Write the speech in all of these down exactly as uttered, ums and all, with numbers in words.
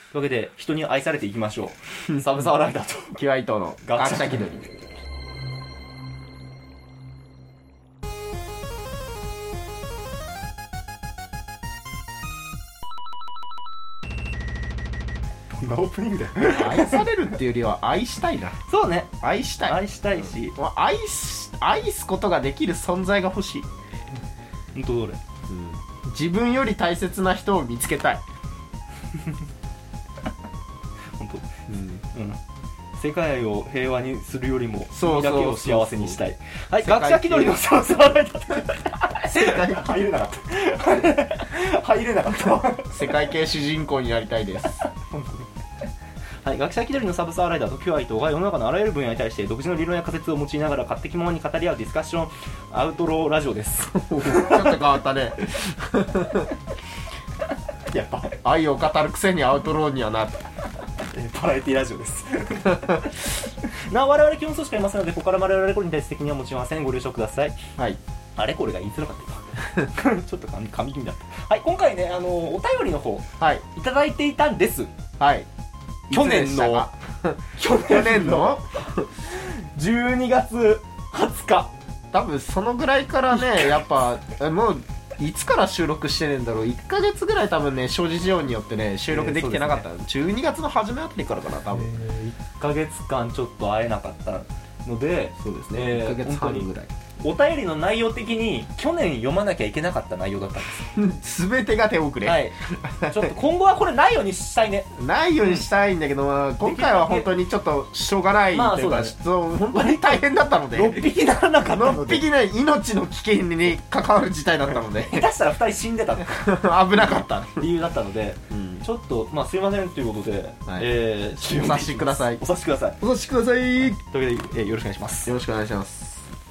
というわけで人に愛されていきましょう。サブサーライダーとキュアイトの学者気取り。 どんなオープニングだよ。 愛されるっていうよりは愛したいな。 そうね、 愛したい。 愛したいし、 もう愛す愛すことができる存在が欲しい。 本当どれ、 うん、自分より大切な人を見つけたい。 本当、 うんうん、世界を平和にするよりもそう君だけを幸せにしたい。はい、 世界学者気取りのサブサーライダー。世界入れなかった入れなかった世界系主人公になりたいです。 はい、学者気取りのサブサーライダーとキュアイトが世の中のあらゆる分野に対して独自の理論や仮説を用いながら勝手気ままに語り合うディスカッションアウトローラジオです。 ちょっと変わったね。 やっぱ愛を語るくせにアウトローにはなる。 バラエティラジオですなお我々基本組織ありますので、ここから我々これに対して責任は持ちません。ご了承ください。 はい。 あれこれが言いづらかったちょっと噛み噛み気味だった。はい、今回ね、あのお便りの方はいいただいていたんです。 はい。 去年の去年のじゅうにがつはつか、 多分そのぐらいからね、やっぱもういつから収録してねえんだろう。いっかげつぐらい多分ね、諸事情によってね収録できてなかった、えーね、じゅうにがつの初めあたりからかな多分、 えー、いっかげつかんちょっと会えなかったので、 そうですね、 えー、 いっかげつはんぐらい。 お便りの内容的に去年読まなきゃいけなかった内容だったんです全てが手遅れ、 はい、ちょっと今後はこれないようにしたいね。 ないようにしたいんだけど、まあ、今回は本当にちょっとしょうがないというか、まあそうだね、本当に大変だったのでろっぴきならなかったので、 ろっぴきね、命の危険に関わる事態だったので下手したらふたり死んでた危なかった理由だったので、うん、ちょっとまあすいませんということで、はい、えー、 お察しください。 お察しください。 お察しください。というわけで、えー、よろしくお願いします。 よろしくお願いします。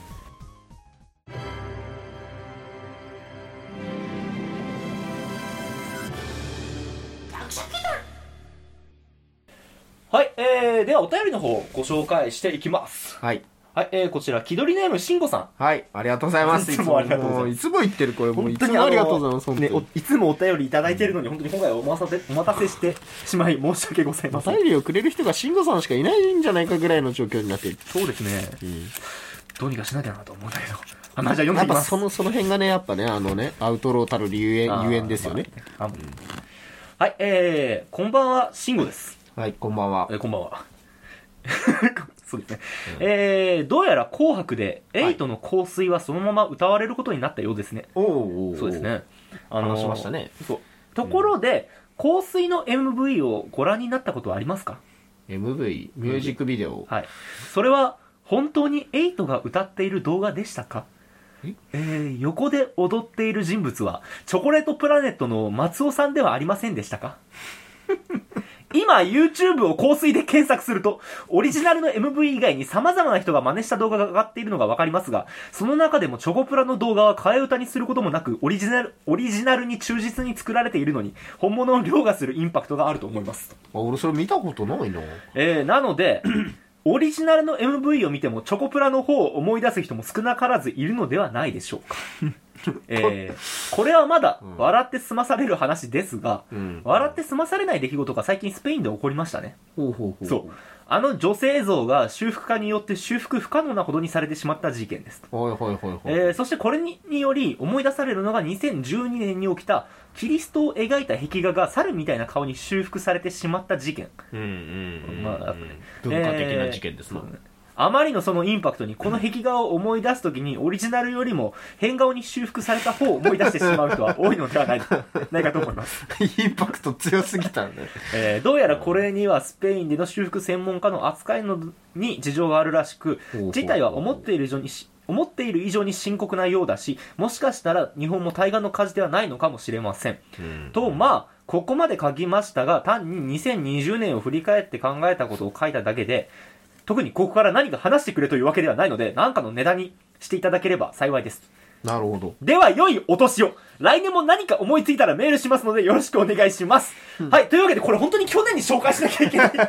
はい、えー、ではお便りの方ご紹介していきます。 はい。 はい、えー、こちら、気取りネームしんごさん。はい、ありがとうございます。 いつもありがとうございます。 いつも言ってる、これもういつもありがとうございます。 ね、いつもお便りいただいているのに、本当に今回はお待たせ、お待たせしてしまい申し訳ございません。 お便りをくれる人がしんごさんしかいないんじゃないかぐらいの状況になっている。 そうですね。うん、どうにかしなきゃなと思うんだけど。あ、まあ、じゃあ読んでみきます。 その、その辺がね、やっぱね、あのね、アウトローたるゆえん、ゆえんですよね。 まあね、はい、えー、こんばんは、しんごです。 はい、こんばんは。 えー、こんばんは。そうですね。うん、えー、どうやら紅白でエイトの香水はそのまま歌われることになったようですね。 おお、 そうですね。あのー、 話しましたね。 そう。ところで、うん、香水の エムブイ をご覧になったことはありますか？ エムブイ、ミュージックビデオ。 はい。それは本当にエイトが歌っている動画でしたか？ええー、横で踊っている人物はチョコレートプラネットの松尾さんではありませんでしたか？今 YouTube を香水で検索するとオリジナルの エムブイ 以外に様々な人が真似した動画が上がっているのがわかりますが、その中でもチョコプラの動画は替え歌にすることもなくオリジナルオリジナルに忠実に作られているのに本物を凌駕するインパクトがあると思います。 あ、俺それ見たことないな。 えー、なのでオリジナルの エムブイ を見てもチョコプラの方を思い出す人も少なからずいるのではないでしょうか。えー、これはまだ笑って済まされる話ですが、うん、笑って済まされない出来事が最近スペインで起こりましたね。 ほうほうほう。 そう。あの女性像が修復家によって修復不可能なほどにされてしまった事件です。 はいはいはいはい。 えー、そしてこれにより思い出されるのがにせんじゅうにねんに起きたキリストを描いた壁画が猿みたいな顔に修復されてしまった事件。 うんうんうん。 まあ、 文化的な事件ですね。 えーあまりのそのインパクトにこの壁画を思い出すときにオリジナルよりも変顔に修復された方を思い出してしまう人は多いのではないかないかと思います。 インパクト強すぎたんだね。 えー、どうやらこれにはスペインでの修復専門家の扱いのに事情があるらしく、事態は思っている以上に思っている以上に深刻なようだし、もしかしたら日本も対岸の火事ではないのかもしれません。うん、と、まあここまで書きましたが、単ににせんにじゅうねんを振り返って考えたことを書いただけで、特にここから何か話してくれというわけではないので、何かのネタにしていただければ幸いです。 なるほど。 では良いお年を。来年も何か思いついたらメールしますのでよろしくお願いします。うん、はい、というわけでこれ本当に去年に紹介しなきゃいけない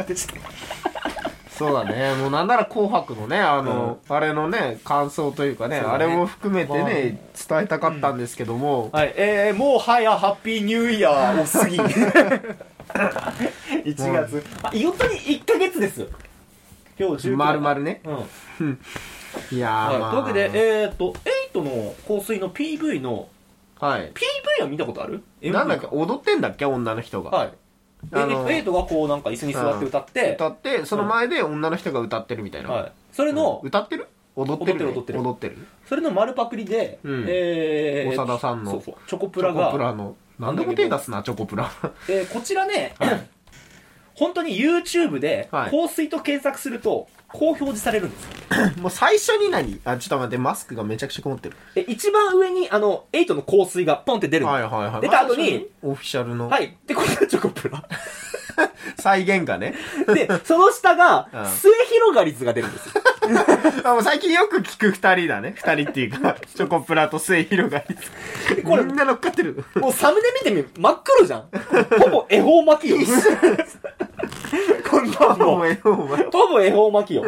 そうだね。もうなんなら紅白のね、あの、うん、あれのね、感想というかね、ねあれも含めてね、まあ、伝えたかったんですけども。 うん、はい、えー、もうはやハッピーニューイヤーを過ぎ。 いちがつ、あ、本当にいっかげつですよ今日じゅうくにち丸々ね、うん、いやー、 はい、 まあ、 というわけでえー、っとエイトの香水の ピーブイ の、 はい、 ピーブイ は見たことある？ なんだっけ、踊ってんだっけ、女の人が。 はい、あのエイトがこうなんか椅子に座って歌って、うん、 歌ってその前で女の人が歌ってるみたいな、 はい、それの、 うん、歌ってる踊ってる、ね、 踊ってる踊ってるそれの丸パクリで、 うん、 えー、長田さんのそうそうチョコプラがチョコプラの何でも手出すなチョコプラ、 えー、こちらね、はい、本当に YouTube で香水と検索するとこう表示されるんですよもう最初に何あ、ちょっと待って、マスクがめちゃくちゃ曇ってる。 え一番上にあのエイトの香水がポンって出るんです、 はいはいはい、 出た後にオフィシャルの、 はいでこれがチョコプラ再現がねでその下が末広がりずが出るんですよあ、もう最近よく聞く二人だね。二人っていうかチョコプラと末広がりずこれみんな乗っかってる。 もうサムネ見てみ真っ黒じゃんほぼ恵方巻きよこんなもんほぼ恵方巻きよ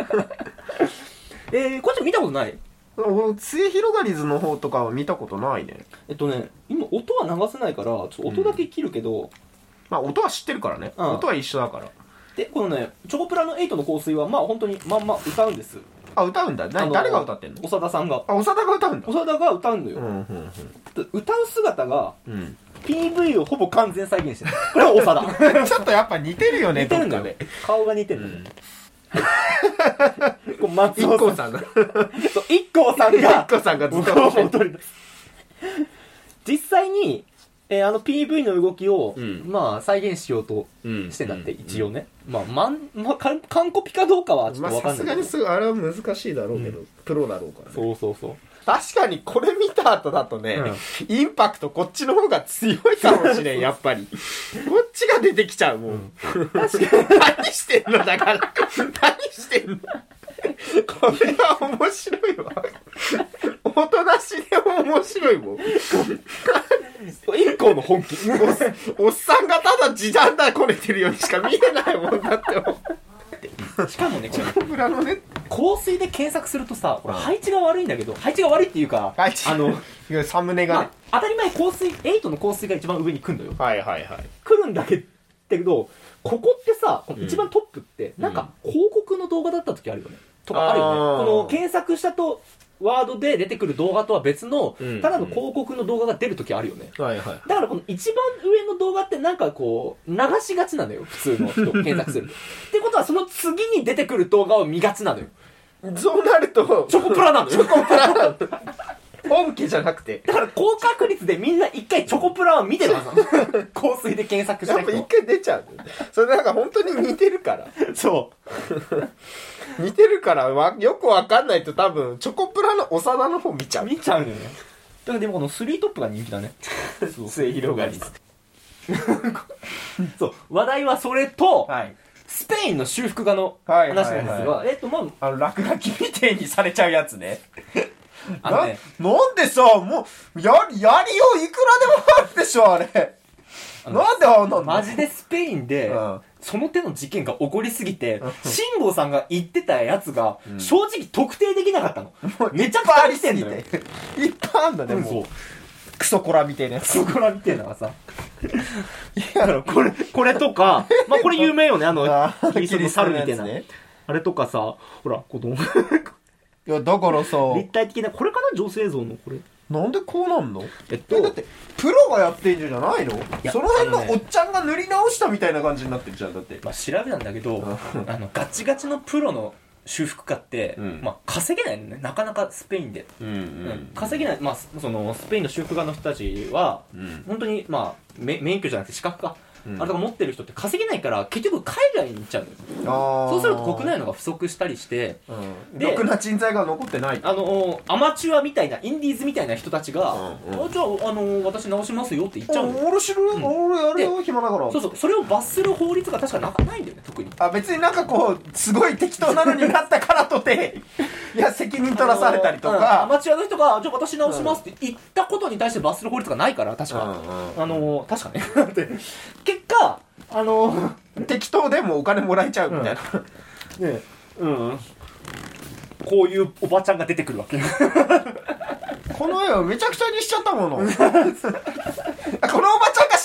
えー、こっち見たことない？ 末広がりずの方とかは見たことないね。 えっとね今音は流せないからちょっと音だけ切るけど、うん、 まあ音は知ってるからね、うん、音は一緒だから。でこのねチョコプラのエイトの香水はまあ本当にまんま歌うんです。 あ、歌うんだ。な誰が歌ってんの？ 長田さんが。 あ、長田が歌うんだ。 長田が歌うのよ、うんうんうん、歌う姿が、うん、ピーブイ をほぼ完全再現してる。これは長田ちょっとやっぱ似てるよね。 似てるんだよね。顔が似てる、うん、こう松尾さんがそう一光さんが一光さんがずっと踊り出す実際にえー、あの ピーブイ の動きを、うん、まあ再現しようとしてんだって、うん、一応ね、うん、まあまん、まあ、完コピかどうかはちょっとわかんないけど、まあ、さすがにすぐあれは難しいだろうけど、うん、プロだろうからね。そうそうそう。 確かにこれ見た後だとね、うん、インパクトこっちの方が強いかもしれんやっぱりこっちが出てきちゃうもん、うん、確かに何してんのだから何してんのこれは面白いわ音出しでも面白いもん一個の本気お, おっさんがただ時短だこねてるようにしか見えないもんだってしかもねこれプラのね香水で検索するとさこれ配置が悪いんだけど配置が悪いっていうか配置あのサムネがね、 まあ、当たり前香水エイトの香水が一番上に来るのよ。 はいはいはい来るんだけどここってさこの一番トップって、うん、なんか広告の動画だった時あるよね、うん、とかあるよね。この検索したとワードで出てくる動画とは別の、うん、ただの広告の動画が出るときあるよね、 はいはい、 だからこの一番上の動画ってなんかこう流しがちなのよ普通の人検索するとってことはその次に出てくる動画を見がちなのよ。 そうなるとチョコプラなのよチョコプラなの本家じゃなくてだから高確率でみんな一回チョコプラは見てるはずなの香水で検索した人やっぱ一回出ちゃうそれなんか本当に似てるからそう似てるからよくわかんないと多分チョコプラの長田の方見ちゃう見ちゃうのよね。だからでもこのスリートップが人気だね末広がりそう話題はそれと、 はい、 スペインの修復画の話なんですが、はいはいはい、えっとまああの落書きみたいにされちゃうやつねあのねな, なんでさもうややりよういくらでもあるでしょあれなんであんなのマジでスペインで、うん、その手の事件が起こりすぎて辛坊さんが言ってたやつが、うん、正直特定できなかったの、うん、めちゃくちゃありすぎていっぱいあんだね、うん、もうクソコラみたいなやつクソコラみたいなのがさいやこれこれとかまあこれ有名よねあのキリストの猿みたいな、ね、あれとかさほら子供いやだからさ立体的なこれかな女性像のこれなんでこうなんのえっとだってプロがやってんじゃないのその辺のおっちゃんが塗り直したみたいな感じになってるじゃんだってまあ調べたんだけどあのガチガチのプロの修復家って、うん、まあ稼げないのねなかなかスペインで、うんうんうん、稼げないまあそのスペインの修復家の人たちは、うん、本当にまあ免許じゃなくて資格かうん、あれとか持ってる人って稼げないから結局海外に行っちゃうのよ。そうすると国内のが不足したりして、 うん、でろくな人材が残ってないあのアマチュアみたいなインディーズみたいな人たちが、うんうん、あじゃあ、あの私直しますよって言っちゃうのよ。 俺知る、うん、俺やるよ暇だからそうそうそれを罰する法律が確かなかないんだよね特に。 あ別になんかこうすごい適当なのになったからとていや責任取らされたりとか、あのーうん、 アマチュアの人がじゃあ私直しますって言ったことに対して罰する法律がないから確か、うんうん、あのー、確かね結果あのー、適当でもお金もらえちゃうみたいな、 うん、ねうん、こういうおばちゃんが出てくるわけこの絵をめちゃくちゃにしちゃったものこのおばちゃんがした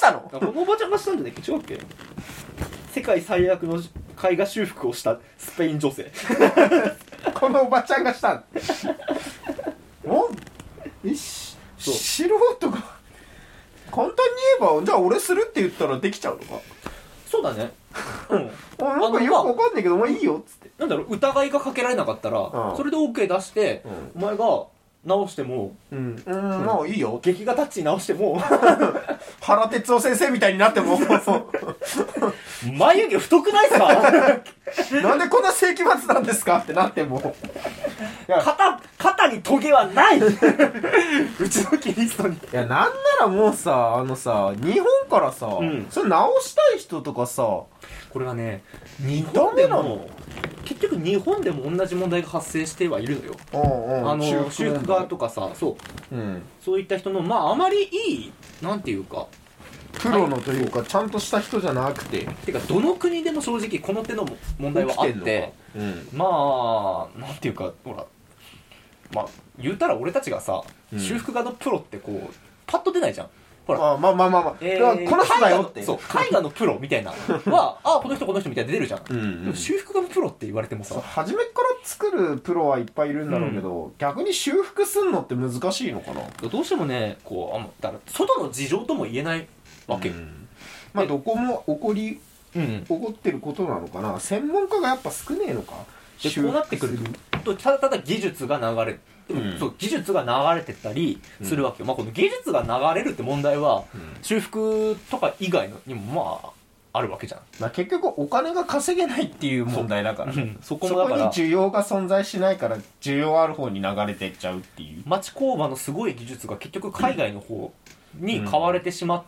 したの？ このおばちゃんがしたんじゃないっけ？違うっけ？世界最悪の絵画修復をしたスペイン女性。 このおばちゃんがしたんおえし素人が簡単に言えばじゃあ俺するって言ったらできちゃうのか。 そうだね。うん。 あなんかよくわかんないけどお前いいよっつって。 なんだろう、疑いがかけられなかったら、 うん、 それで OK 出して、うん、お前が直しても、 うん、うん、まあいいよ。 劇画タッチ直しても、 原哲夫先生みたいになっても、 眉毛太くないっすか？ なんでこんな世紀末なんですかってなっても。 肩、肩にトゲはない。うちのキリストに。いや、なんならもうさ、あのさ、日本からさ、うん、それ直したい人とかさ、 これはね、日本でも、結局日本でも同じ問題が発生してはいるのよ。 うんうん、 あの、修復側とかさ、そう、うん。そういった人の、まああまりいい、なんていうか、 プロのというか、ちゃんとした人じゃなくて。 てか、どの国でも正直この手の問題はあって、うん、まあ、なんていうか、ほら、まあ、言うたら俺たちがさ、うん、修復画のプロってこう、パッと出ないじゃん。ほら。 あまあまあまあまあ。えー、この人だよって。 そう、絵画のプロみたいなは、あ、この人この人みたいな出るじゃん。うんうん、でも修復画のプロって言われてもさ。 初めから作るプロはいっぱいいるんだろうけど、うん、逆に修復すんのって難しいのかな。 どうしてもね、こう、あだから外の事情とも言えないわけ。うん、 まあどこも起こり、うん、起こってることなのかな。専門家がやっぱ少ねえのか。 でこうなってくるとただただ技術が流れでも、うん、そう技術が流れてったりするわけよ、うん、まあ、この技術が流れるって問題は、うん、修復とか以外のにもまああるわけじゃん、 まあ、結局お金が稼げないっていう問題だから、ね、 そ, うん、そこもだからそこに需要が存在しないから需要ある方に流れていっちゃうっていう町工場のすごい技術が結局海外の方に買われてしまって、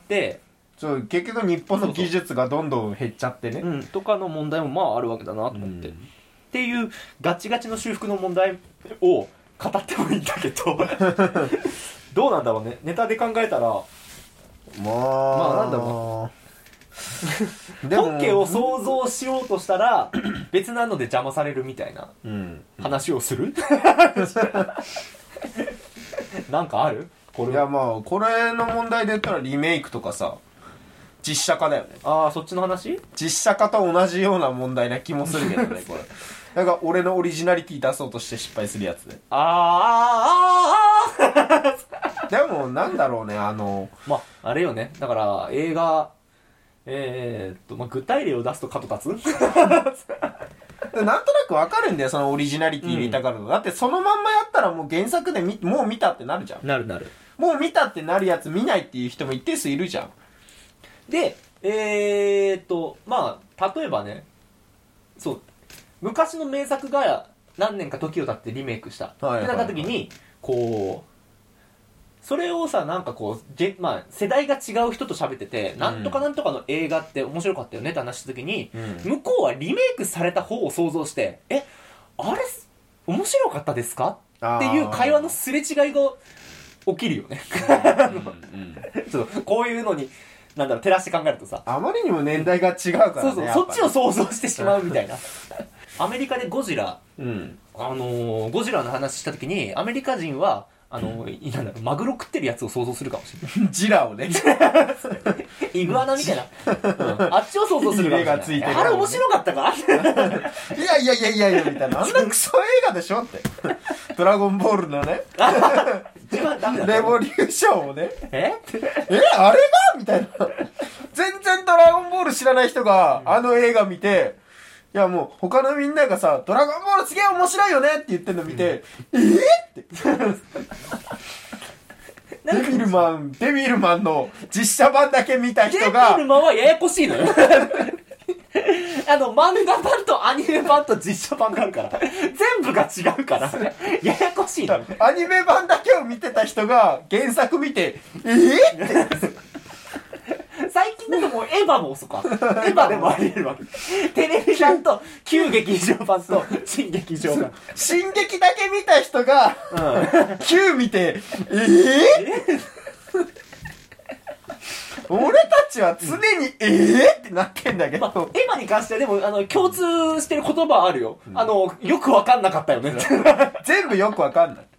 うん、そう結局日本の技術がどんどん減っちゃってね、 うん、とかの問題もまああるわけだなと思って、うん、っていうガチガチの修復の問題を語ってもいいんだけどどうなんだろうね、ネタで考えたらまあまあなんだろう本家を想像しようとしたら別なので邪魔されるみたいな話をする、うん、なんかあるこれいやまあこれの問題で言ったらリメイクとかさ実写化だよね。 ああそっちの話？ 実写化と同じような問題な気もするけどねこれなんか俺のオリジナリティ出そうとして失敗するやつで。 あーあーあーでもなんだろうねあのまああれよね、だから映画えー、っと、まあ、具体例を出すと角立つなんとなくわかるんだよそのオリジナリティ入れたから、うん、だってそのまんまやったらもう原作でみもう見たってなるじゃん。 なるなる。 もう見たってなるやつ見ないっていう人も一定数いるじゃん。 でえー、っとまあ例えばね、そう昔の名作が何年か時を経ってリメイクしたってなった時にこうそれをさなんかこうげ、まあ、世代が違う人と喋ってて、うん、なんとかなんとかの映画って面白かったよねって話した時に、うん、向こうはリメイクされた方を想像してえあれ面白かったですかっていう会話のすれ違いが起きるよねちょっとこういうのになんだろう照らして考えるとさあまりにも年代が違うからね。 そうそうそっちを想像してしまうみたいなアメリカでゴジラ、うん、あのー、ゴジラの話した時にアメリカ人はあのー、なんだろうマグロ食ってるやつを想像するかもしれないジラをねイグアナみたいな、うん、あっちを想像するかもしれない。がついてる、ね、あれ面白かったかいやいやいやいやいやみたいなあんなクソ映画でしょってドラゴンボールのね一番ダメだレボリューションをねええあれがみたいな全然ドラゴンボール知らない人があの映画見ていやもう他のみんながさドラゴンボールすげえ面白いよねって言ってるの見て、うん、えー、ってデビルマンデビルマンの実写版だけ見た人がデビルマンはややこしいのよあの漫画版とアニメ版と実写版があるから全部が違うからややこしいのよ。 アニメ版だけを見てた人が原作見てえー、って最近だともうエヴァもそうかエヴァでもあり得るわけテレビ版と旧劇場版と新劇場版新劇だけ見た人が、うん、旧見てえー、え俺たちは常にえーってなってんだけど、まあ、 エヴァに関してはでもあの共通してる言葉はあるよ、うん、あのよくわかんなかったよね全部よくわかんないよ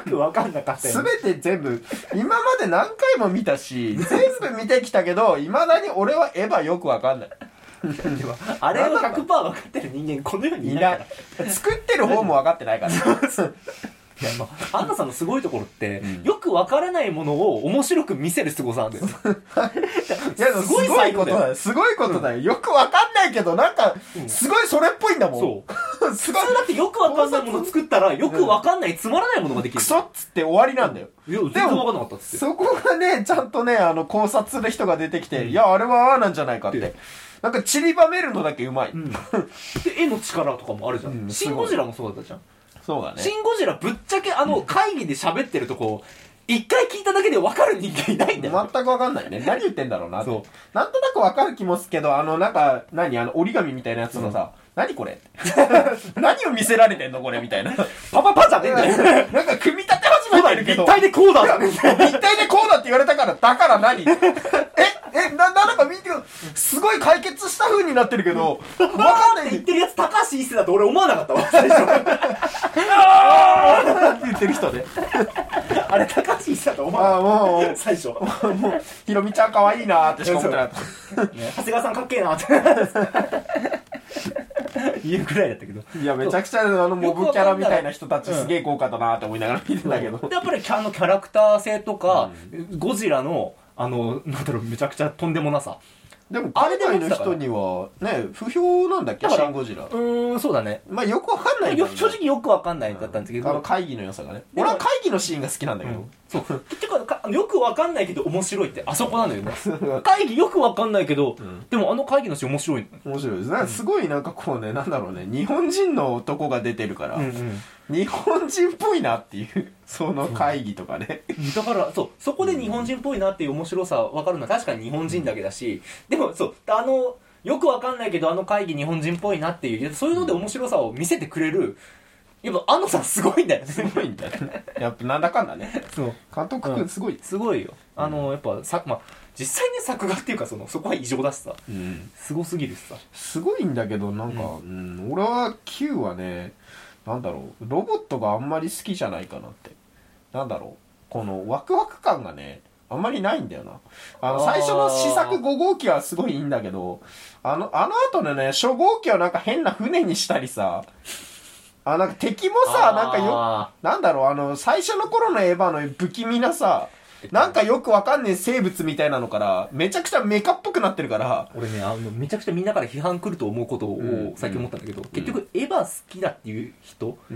く分かんなかったよ、ね、 全て全部今まで何回も見たし全部見てきたけどいまだに俺はエヴァよく分かんないあれを ひゃくパーセント 分かってる人間この世にいないから作ってる方も分かってないからいや、まあ、アンナさんのすごいところって、うん、よくわからないものを面白く見せる凄さなんだよ。 いや、すごいことだよ。すごいことだよ。よくわかんないけど、なんか、すごいそれっぽいんだもん。 そう。すごい。だってよくわかんないもの作ったら、よくわかんない、つまらないものができる。 クソっつって終わりなんだよ。 いや、全然わかんなかったっつって。 そこがね、ちゃんとね、あの、考察する人が出てきて、うん、いや、あれはああなんじゃないかって。なんか散りばめるのだけうまい。うん、で、 絵の力とかもあるじゃん。うん、シン・ゴジラもそうだったじゃん。 そうだね。 シン・ゴジラぶっちゃけあの会議で喋ってるとこ、一回聞いただけで分かる人間いないんだよ。 全く分かんないね。何言ってんだろうな。そう。なんとなく分かる気もすけど、あの、なんか、何あの、折り紙みたいなやつのさ、うん、何これ何を見せられてんのこれみたいな。 パパパじゃねえんだよ。 なんか組み立て始めてるけど。 立体でこうだ立体でこうだって言われたから、だから何ええ、な、なんか見てよ。すごい解決した風になってるけど、 わかんない。言ってるやつ高橋一生だと俺思わなかったわ、最初。 あーって言ってる人ね。 あれ高橋一生だと思わなかった。あもう、最初。 もう、ひろみちゃん可愛いなーってしか思ってなかった。 ね、長谷川さんかっけえなーって。言うくらいだったけど。 いや、めちゃくちゃあの、モブキャラみたいな人たちすげえ豪華だなーって思いながら見てたけど。 やっぱりあのキャラクター性とか、うん、ゴジラの、あの、なんだろう、めちゃくちゃとんでもなさ。 でも、海外の人には、ね、不評なんだっけシン・ゴジラ。 うーん、そうだね。 まあ、よくわかんないんだよね。正直よくわかんないだったんですけど。 あの、会議の良さがね。俺は会議のシーンが好きなんだけど。うん、 そう。結局か、よくわかんないけど面白いって、あそこなのよね。会議よくわかんないけど、うん、でもあの会議のシーン面白い。 面白いですね。すごいなんかこうね、なんだろうね、日本人の男が出てるから、うんうん、日本人っぽいなっていう。その会議とかね。 だから、そう、そこで日本人っぽいなっていう面白さ分かるのは確かに日本人だけだし、でもそう、あの、よく分かんないけどあの会議日本人っぽいなっていう、そういうので面白さを見せてくれる、やっぱ安野さんすごいんだよね。 すごいんだよね。やっぱなんだかんだね。そう。監督くんすごい、うん。 すごいよ。あの、やっぱ、さ、まあ、実際ね、作画っていうか、その、そこは異常だしさ。うん。すごすぎるしさ。 すごいんだけど、なんか、うん、うん、俺は Q はね、なんだろう、ロボットがあんまり好きじゃないかなって。なんだろう、このワクワク感がね、あんまりないんだよな。あの、最初の試作ご号機はすごいいいんだけど、あの、あの後のね、初号機をなんか変な船にしたりさ、あ、なんか敵もさ、なんかよ、なんだろう、あの、最初の頃のエヴァの不気味なさ、なんかよくわかんねえ生物みたいなのから、めちゃくちゃメカっぽくなってるから。 俺ね、あの、めちゃくちゃみんなから批判来ると思うことを最近思ったんだけど、うん、結局エヴァ好きだっていう人って、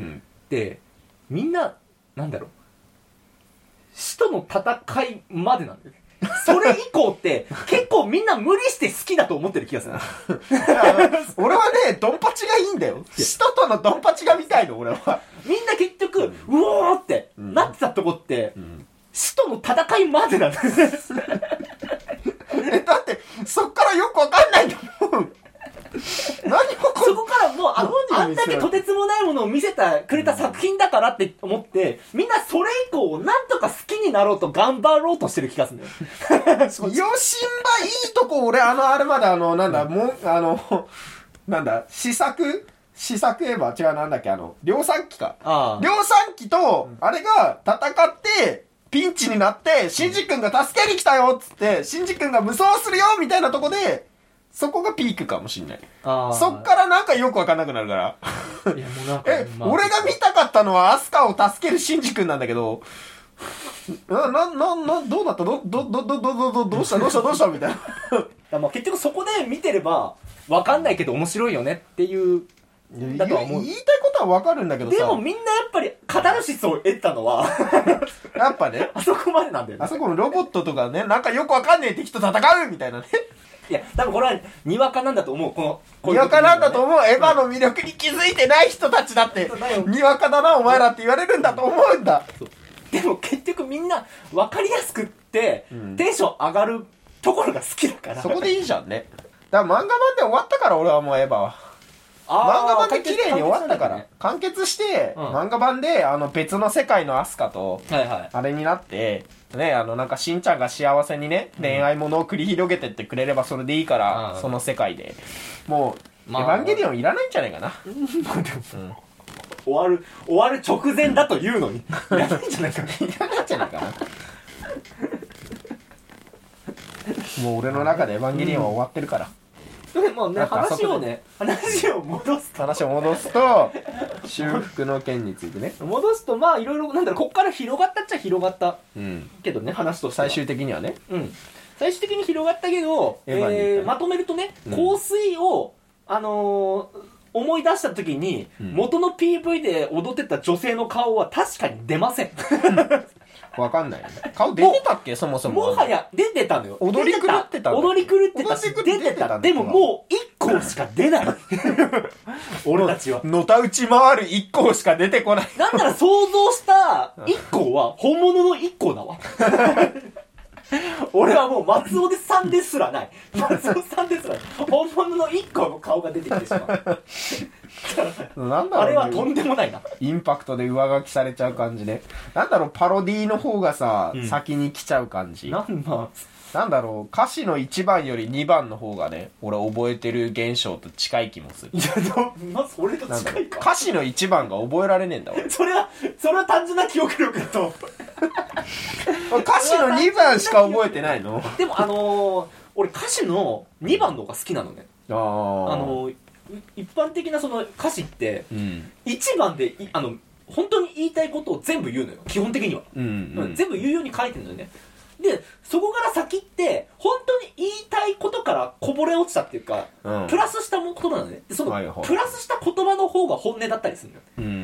うん、みんな、なんだろう、死との戦いまでなんだよね。それ以降って結構みんな無理して好きだと思ってる気がする。 俺はね、ドンパチがいいんだよ。死ととのドンパチが見たいの、俺は。 みんな結局、うん、うおーって、うん、なってたとこって、うん、死との戦いまでなんだよ。 え、だって、そっからよくわかんないんだもん。何もそこからもうあ、あんだけとてつもないものを見せたくれた作品だからって思って、みんなそれ以降なんとか好きになろうと頑張ろうとしてる気がするんだよ。 ヨシンバいいとこ、俺あのあれまであのなんだ、うん、もうあのなんだ試作試作エヴァ違うなんだっけあの量産機か量産機とあれが戦ってピンチになってシンジ君が助けに来たよっつってシンジ君が無双するよみたいなとこで。そこがピークかもしんない。そっからなんかよくわかんなくなるから。いやもうなんかえ、まあ、俺が見たかったのはアスカを助けるシンジ君なんだけど、な、な、な、な、どうだったど、ど、ど、ど、ど、ど、どうしたどうしたどうしたみたいな。まあ結局そこで見てれば、わかんないけど面白いよねっていう、 だとは思う。言いたいことはわかるんだけどさ。 でもみんなやっぱりカタルシスを得たのは、 やっぱね。 あそこまでなんだよね。 あそこのロボットとかね、なんかよくわかんねえ敵と戦うみたいなね。 いや、多分これは、にわかなんだと思う。この、 こういう、ね。にわかなんだと思う。エヴァの魅力に気づいてない人たちだって、にわかだな、お前らって言われるんだと思うんだ。そうでも結局みんな、わかりやすくって、うん、テンション上がるところが好きだから。 そこでいいじゃんね。だから漫画版で終わったから、俺はもうエヴァは。漫画版で綺麗に終わったから。完結して、うん、漫画版で、あの、別の世界のアスカと、はいはい、あれになって、ね、あの、なんか、しんちゃんが幸せにね、恋愛ものを繰り広げてってくれればそれでいいから、うん、その世界で。もう、まあ、エヴァンゲリオンいらないんじゃないかな。うん、 終わる終わる直前だというのにいらないんじゃないかな。 いらないんじゃないかな。もう俺の中でエヴァンゲリオンは終わってるから、 でもね、話をね話を戻すと話を戻すと修復の件についてね戻すとまあいろいろなんだろう、こっから広がったっちゃ広がった、 うん、 けどね、話としては最終的にはね、 うん、最終的に広がったけど、 エヴァにえー、まとめるとね、 うん、 香水をあのー、思い出した時に、うん、元の ピーブイ で踊ってた女性の顔は確かに出ません。 わかんない、ね、顔出てたっけ、そもそも。 もはや出てたのよ。 踊り狂ってた。 踊り狂ってたし、出てた。でももういっこしか出ない。俺たちは。 のたうち回るいっこしか出てこない。 なんなら想像したいっこは本物のいっこだわ。俺はもう松尾さんですらない。松尾さんですらない。本物のいっこの顔が出てきてしまう。 なんだろう、ね、 あれはとんでもないな。 インパクトで上書きされちゃう感じで。なんだろう、パロディの方がさ、うん、先に来ちゃう感じ。 なんだなんだろう、歌詞のいちばんよりにばんの方がね、俺覚えてる現象と近い気もする。 いや、でも、まず俺と近いか。 歌詞のいちばんが覚えられねえんだわ。 それは、それは単純な記憶力だと。 歌詞のにばんしか覚えてないの？ でもあのー、俺歌詞のにばんの方が好きなのね。あ、あのー、一般的なその歌詞って、うん、いちばんであの本当に言いたいことを全部言うのよ、基本的には、うんうん、全部言うように書いてるのよね。でそこから先って本当に言いたいことからこぼれ落ちたっていうか、うん、プラスした言葉なのね。でその、はいはい、プラスした言葉の方が本音だったりするのよ、うんうんうん、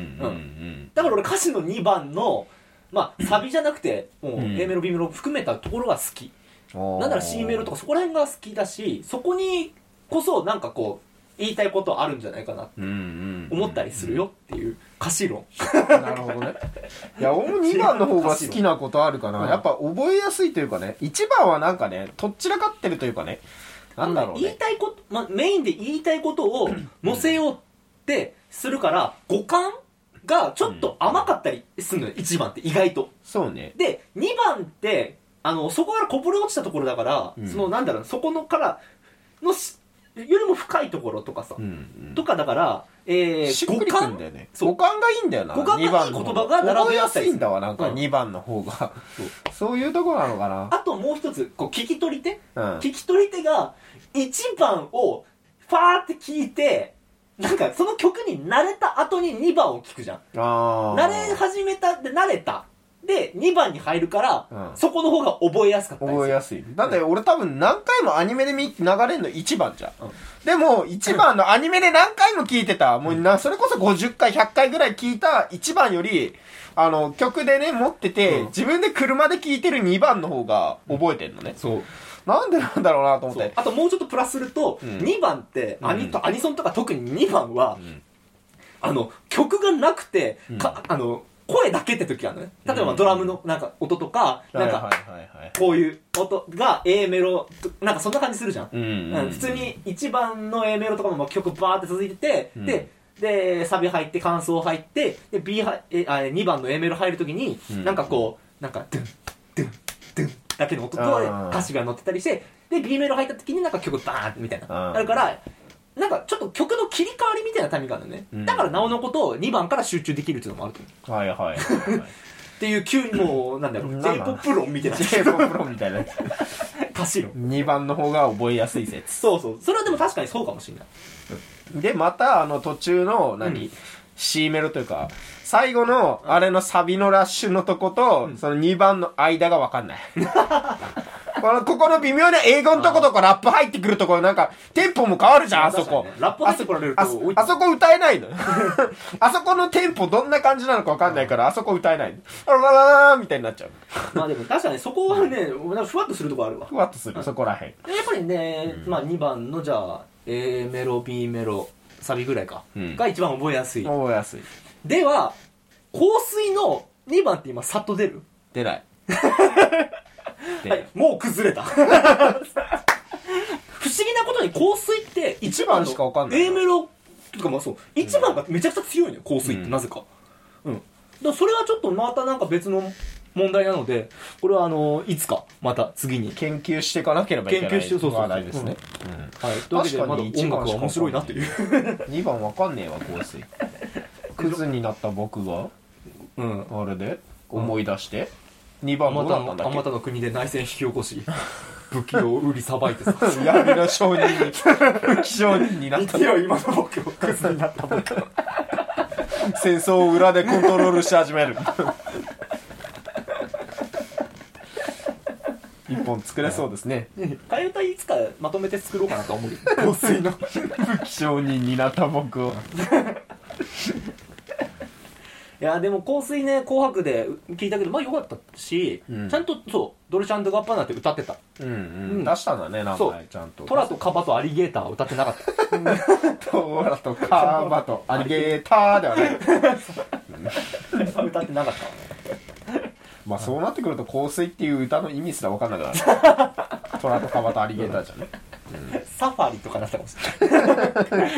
だから俺歌詞のにばんのまあサビじゃなくてもう A メロ B メロ含めたところが好き、うん、なんなら C メロとかそこら辺が好きだし、そこにこそなんかこう言いたいことあるんじゃないかなって思ったりするよっていう歌詞論。 なるほどね。いや、俺もにばんの方が好きなことあるかな。やっぱ覚えやすいというかね、いちばんはなんかね、とっちらかってるというかね、なんだろうね。 言いたいこと、まあ、メインで言いたいことを載せようってするから、五感がちょっと甘かったりするのよ、いちばんって意外と。 そうね。 で、にばんって、あの、そこからこぼれ落ちたところだから、うん、そのなんだろう、そこのからのよりも深いところとかさ、うんうん、とかだから、えー、 しっくりくんだよね。五感がいいんだよな。 五感がいい言葉が並べやすいんだわ、なんかにばんの方が、うん、そう。そういうところなのかな。 あともう一つ、こう聞き取り手、うん、聞き取り手がいちばんをファーって聞いて、なんかその曲に慣れた後ににばんを聞くじゃん。あ慣れ始めたで慣れた。でにばんに入るから、うん、そこの方が覚えやすかったりする。 覚えやすい。だって俺多分何回もアニメで見流れるのいちばんじゃん、うん、でもいちばんのアニメで何回も聞いてた、もうなそれこそごじゅっかいひゃっかいぐらい聞いたいちばんよりあの曲でね持ってて、うん、自分で車で聞いてるにばんの方が覚えてんのね、うん、そうなんでなんだろうなと思って。 あともうちょっとプラスすると、うん、にばんってアニ、うん、アニソンとか特ににばんは、うん、あの曲がなくて、うん、かあの声だけって時あるのね。例えばドラムのなんか音とか、うん、なんかこういう音が A メロなんかそんな感じするじゃん、うんうんうん、普通にいちばんの A メロとかも曲バーって続いてて、うん、ででサビ入って感想入ってで B はえあにばんの A メロ入る時に、うん、なんかこうなんかドゥンドゥンドゥンだけの音と歌詞が載ってたりしてで B メロ入った時になんか曲バーンみたいなあるからなんかちょっと曲の切り替わりみたいなタイミングがあるのね、うん、だからなおのことをにばんから集中できるっていうのもあると思う。はいはいはい、はい、っていう急にもうなんだろう J-ポップ 論みたいな J-ポップ 論みたいな歌詞論にばんの方が覚えやすい説。 そうそう、それはでも確かにそうかもしれない、 うん、でまたあの途中の何、うん、C メロというか最後のあれのサビのラッシュのとこと、うん、そのにばんの間が分かんないこのここの微妙な英語のとことかラップ入ってくるところなんかテンポも変わるじゃん、あそこ、ね、 ラップ入ってこられるとあ, あ, あそこ歌えないのあそこのテンポどんな感じなのか分かんないからあそこ歌えないのあらららみたいになっちゃう。 まあでも確かにそこはねふわっとするとこあるわ。 ふわっとする、そこらへんやっぱりね、うん、まあにばんのじゃあ A メロ B メロサビぐらいか、うん、が一番覚えやすい。 覚えやすい。 では香水のにばんって今さっと出る？ 出ないはい、もう崩れた不思議なことに香水っていちばんの A メロとかもそういちばんがめちゃくちゃ強いのよ香水って、なぜか、うん、だからそれはちょっとまたなんか別の問題なのでこれはあのいつかまた次に研究していかなければいけない研究してそうそう話題ですね、 うんうん、はい、というわけでまだ音楽は面白いなっていうにばんわかんねえわ香水クズになった僕がうんあれで思い出して、うん、にばんどうだったんだっけ。 あまたの国で内戦引き起こし武器を売りさばいてさ闇の商人に武器商人になったよ今の僕をクズになった僕戦争を裏でコントロールし始める一本作れそうですね。 替え歌いつかまとめて作ろうかなと思うよ香水の武器商人になった僕をいやでも香水ね紅白で聞いたけどまあ良かったし、うん、ちゃんとそうドルチャンドガッパーナって歌ってた。 うんうん、うん、出したんだね名前ちゃんと。 トラとカバとアリゲーターは歌ってなかったトラとカバとアリゲーターではない歌ってなかったまあそうなってくると香水っていう歌の意味すら分かんなくなるトラとカバとアリゲーターじゃね、 うん、サファリとかなったかもしれない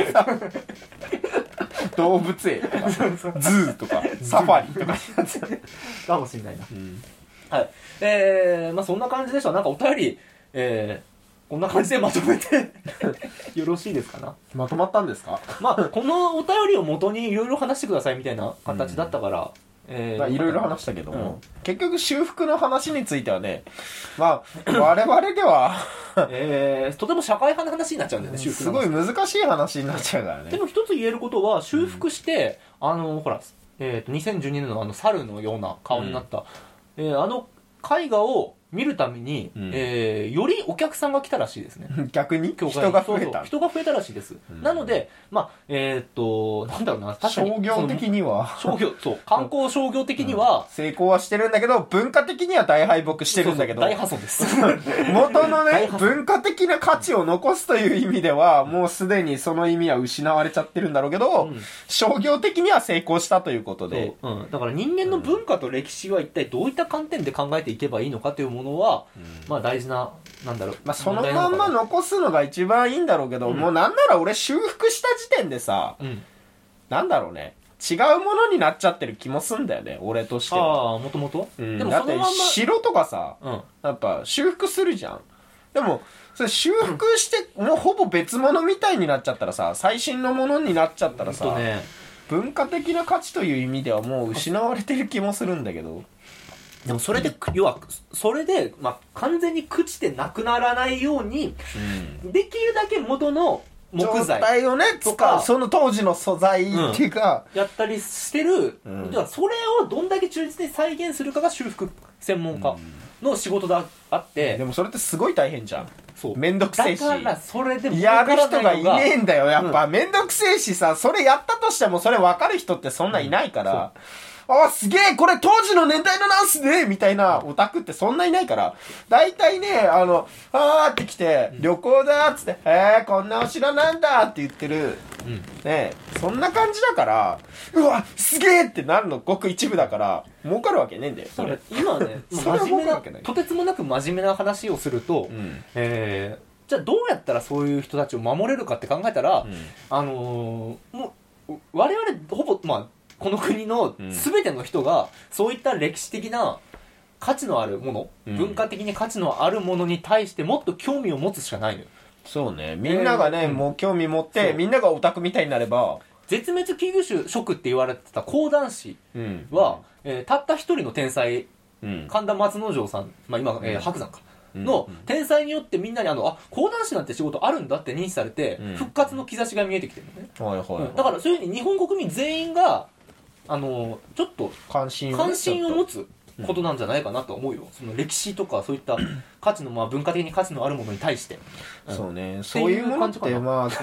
動物園とかズーとかサファリとかかもしれないな、うん、はいえー、まあそんな感じでした。なんかお便りえー、こんな感じでまとめてよろしいですかな。 まとまったんですか。 まあこのお便りを元にいろいろ話してくださいみたいな形だったから、うんえーまあ、いろいろ話したけども、うん、結局修復の話についてはねまあ我々では、 えー、とても社会派の話になっちゃうんだよね。修復すごい難しい話になっちゃうからね。 でも一つ言えることは修復して、うん、あのほら、えー、とにせんじゅうにねんのあの猿のような顔になった、うんえー、あの絵画を見るために、うんえー、よりお客さんが来たらしいですね。 逆に人が増えた。 そうそう人が増えたらしいです、うん、なのでまあえー、っとなんだろうな確かに商業的には商業そう観光商業的には、 うん、成功はしてるんだけど文化的には大敗北してるんだけどそうそう大破損です元のね文化的な価値を残すという意味ではもうすでにその意味は失われちゃってるんだろうけど、うん、商業的には成功したということでそう、うん、だから人間の文化と歴史は一体どういった観点で考えていけばいいのかというものは、うんまあ大事な、なんだろう。 まあそのまんま残すのが一番いいんだろうけど、うん、もうなんなら俺修復した時点でさ、うん、なんだろうね。違うものになっちゃってる気もすんだよね、俺としては。 ああ、もともとでもだって城とかさ、うん、やっぱ修復するじゃん。でも、それ修復して、もうほぼ別物みたいになっちゃったらさ、最新のものになっちゃったらさ、ね、文化的な価値という意味ではもう失われてる気もするんだけど。 でもそれで、要は、それで、まあ、完全に朽ちてなくならないように、うん、できるだけ元の木材状態をね、使う、その当時の素材っていうか、 うん、やったりしてる、うん、それをどんだけ忠実に再現するかが修復専門家の仕事だあって、 うん、でもそれってすごい大変じゃん。そう。めんどくせえし。 だからそれでもやる人がいねえんだよ、やっぱ。うん、めんどくせえしさ、それやったとしてもそれ分かる人ってそんないないから、うんあ、すげえこれ当時の年代のなんすねみたいなオタクってそんないないから、だいたいね、あの、あーって来て、旅行だーっつって、へーこんなお城なんだって言ってる、うん、ねそんな感じだから、うわ、すげえってなるのごく一部だから、儲かるわけねえんだよ、それ。 今ね、真面目な、とてつもなく真面目な話をすると、うん、えー、じゃあどうやったらそういう人たちを守れるかって考えたら、うん、あのー、もう、我々ほぼ、まあ、この国の全ての人がそういった歴史的な価値のあるもの、うん、文化的に価値のあるものに対してもっと興味を持つしかないのよ。 そうね。みんながね、えー、もう興味持って、みんながオタクみたいになれば。 絶滅危惧種食って言われてた講談師は、うん、えー、たった一人の天才、うん、神田松之丞さん、まあ今、えー、白山か。の天才によってみんなにあのあ講談師なんて仕事あるんだって認知されて、うん、復活の兆しが見えてきてるのね、はいはいはい、だからそういうふうに日本国民全員があのちょっと関心を、ね、関心を持つことなんじゃないかなと思うよ、うん、その歴史とかそういった価値の、まあ、文化的に価値のあるものに対して、 うん、そうねそういうものってまあ、はい、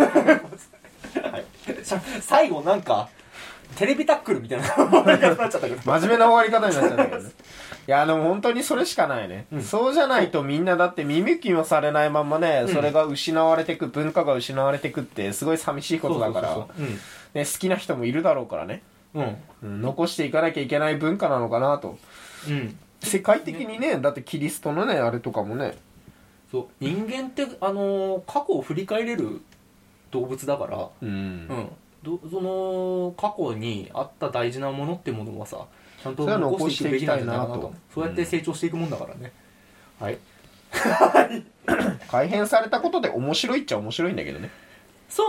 最後なんかテレビタックルみたいな終わり方になっちゃったけど真面目な終わり方になっちゃったけどねいやでも本当にそれしかないね、うん、そうじゃないとみんなだって見向きもされないまんまね、うん、それが失われていく文化が失われていくってすごい寂しいことだから好きな人もいるだろうからね、うんうん、残していかなきゃいけない文化なのかなと、うん、世界的にねだってキリストのねあれとかもねそう人間ってあのー、過去を振り返れる動物だから、うんうんどその過去にあった大事なものってものはさちゃんと残していくべきなんじゃないかなと。そうやって成長していくもんだからね、うん、はい改変されたことで面白いっちゃ面白いんだけどね。 そうね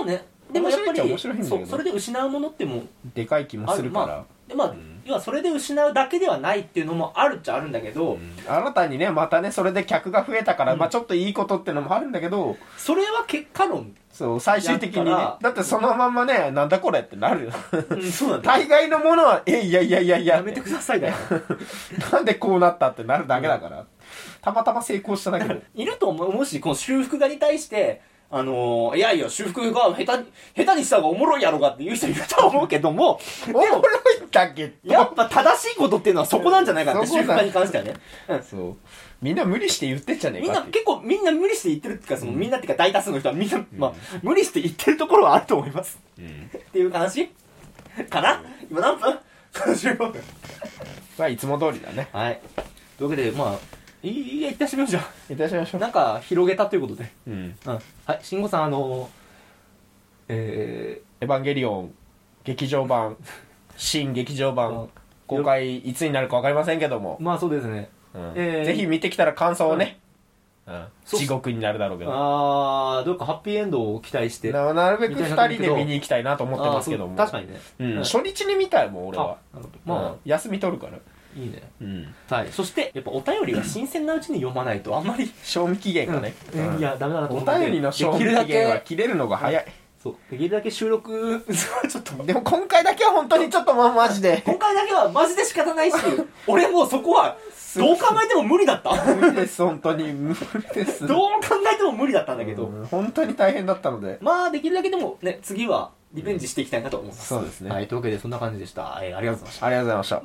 でもやっぱり面白いっちゃ面白いんだけど、 そうそれで失うものってもでかい気もするから、 まあでまあ、 うん、 要はそれで失うだけではないっていうのもあるっちゃあるんだけど、 うん、新たにねまたねそれで客が増えたから、うん、まあちょっといいことってのもあるんだけど、 それは結果論。 そう最終的にね、だってそのまんまねなんだこれってなるよ、 うん、そうなんだ。 大概のものはえいやいやいやいややめてくださいだよなんでこうなったってなるだけだから、うん、たまたま成功しただけでいると思うし、この修復画に対してあのー、いやいや修復が下手に下手にした方がおもろいやろがっていう人いると思うけどもおもろいんだけどやっぱ正しいことっていうのはそこなんじゃないかなって、修復画に関してはね、うん、 そうみんな無理して言ってんじゃねえかって。 みんな結構みんな無理して言ってるっていうか、その、うん、みんなっていうか大多数の人はみんな、うん、まあ無理して言ってるところはあると思います、うん、っていう話かな、うん、今何分じゅうごふんまあいつも通りだね。 はい、というわけでまあいいいや、いったしましょう。 いったしましょう。 なんか広げたということで、 うん、うん、 はい、慎吾さん、あのえー、エヴァンゲリオン劇場版新劇場版公開いつになるか分かりませんけども、 まあそうですね、 うん、えー、ぜひ見てきたら感想をね、うんうん、地獄になるだろうけど、 ああどうかハッピーエンドを期待してな, なるべくふたりで見に行きたいなと思ってますけども、 確かにね、 うん、初日に見たいもん俺は。 あなるほど、まあ、 うん、休み取るからいいね、 うん、 はい。そしてやっぱお便りが新鮮なうちに読まないとあんまり賞味期限がね、 うんうん、いやダメだなと思って、お便りの賞味期限は切れるのが早い、 そうできるだけ収録ちょっとでも今回だけは本当にちょっとまマジで今回だけはマジで仕方ないし俺もうそこはどう考えても無理だった無理です本当に無理ですどう考えても無理だったんだけど、 うん、本当に大変だったので、 まあできるだけでもね次はリベンジしていきたいなと思います、 そうですね、 はい、というわけでそんな感じでした、えー、ありがとうございました。 ありがとうございました。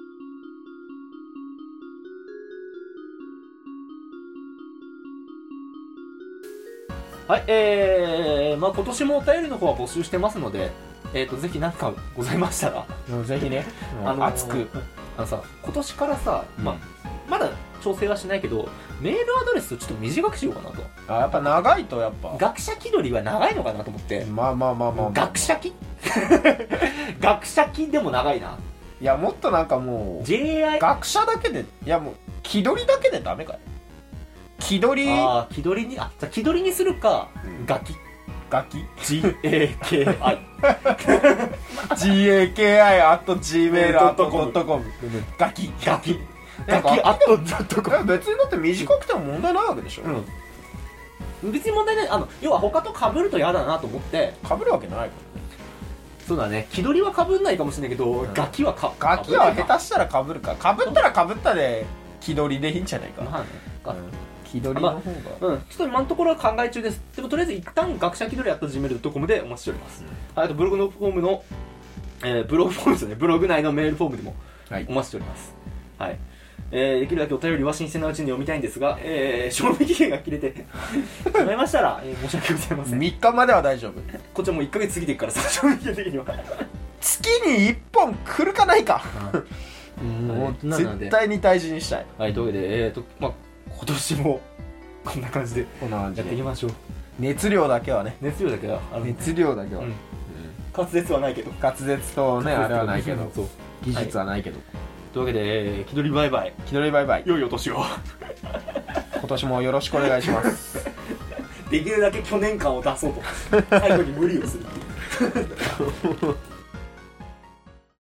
はい、えー、まあ今年もお便りの方は募集してますので、えーと、ぜひ何かございましたら、 ぜひね、 あのー、 熱く、 あのさ、今年からさ、 うん、 まあ、まだ調整はしないけど、メールアドレスをちょっと短くしようかなと。 あ、やっぱ長いとやっぱ。 学者気取りは長いのかなと思って。 まあまあまあまあ、まあ、 学者気学者気でも長いな。 いや、もっとなんかもう、 ジェイアイ、 学者だけで、いやもう、気取りだけでダメかい。気取り、 ああ、気取りに、あ、じゃあ気取りにするか、うん、ガキ。 ガキジェイエーケーアイジーエーケーアイ アット ジーメール ドットコム ガキガキガキアット ドットコム別にだって短くても問題ないわけでしょ、 うん、別に問題ない。あの要は他と被ると嫌だなと思って被るわけないからね。 そうだね、気取りは被んないかもしれないけど、うん、ガキはかガキは下手したら被るか、被ったら被ったで気取りでいいんじゃないか、 まあね、うん、 気取りの方が、 まあ、うん、ちょっと今のところは考え中です。でもとりあえず一旦学者気取りやった ジーメール ドットコム でお待ちしております、うん、あとブログのフォームの、えー、ブログフォームですね、ブログ内のメールフォームでもお待ちしております、はい、えー、できるだけお便りは新鮮なうちに読みたいんですが、えー、賞味期限が切れてしまいましたら、えー、申し訳ございません。 みっかまでは大丈夫。 こっちはもういっかげつ過ぎていくからさ、賞味期限的には月にいっぽん来るかないかもう絶対に大事にしたい。 はい、というわけで、えーとまあ、今年もこんな感じでやっていきましょう。 熱量だけはね、 熱量だけはあの熱量だけは、うん、 滑舌はないけど、 滑舌とねあれはないけど、そう技術はないけど、はい、 というわけで、えー、気取りバイバイ、 気取りバイバイ、 良いお年を今年もよろしくお願いしますできるだけ去年感を出そうと最後に無理をする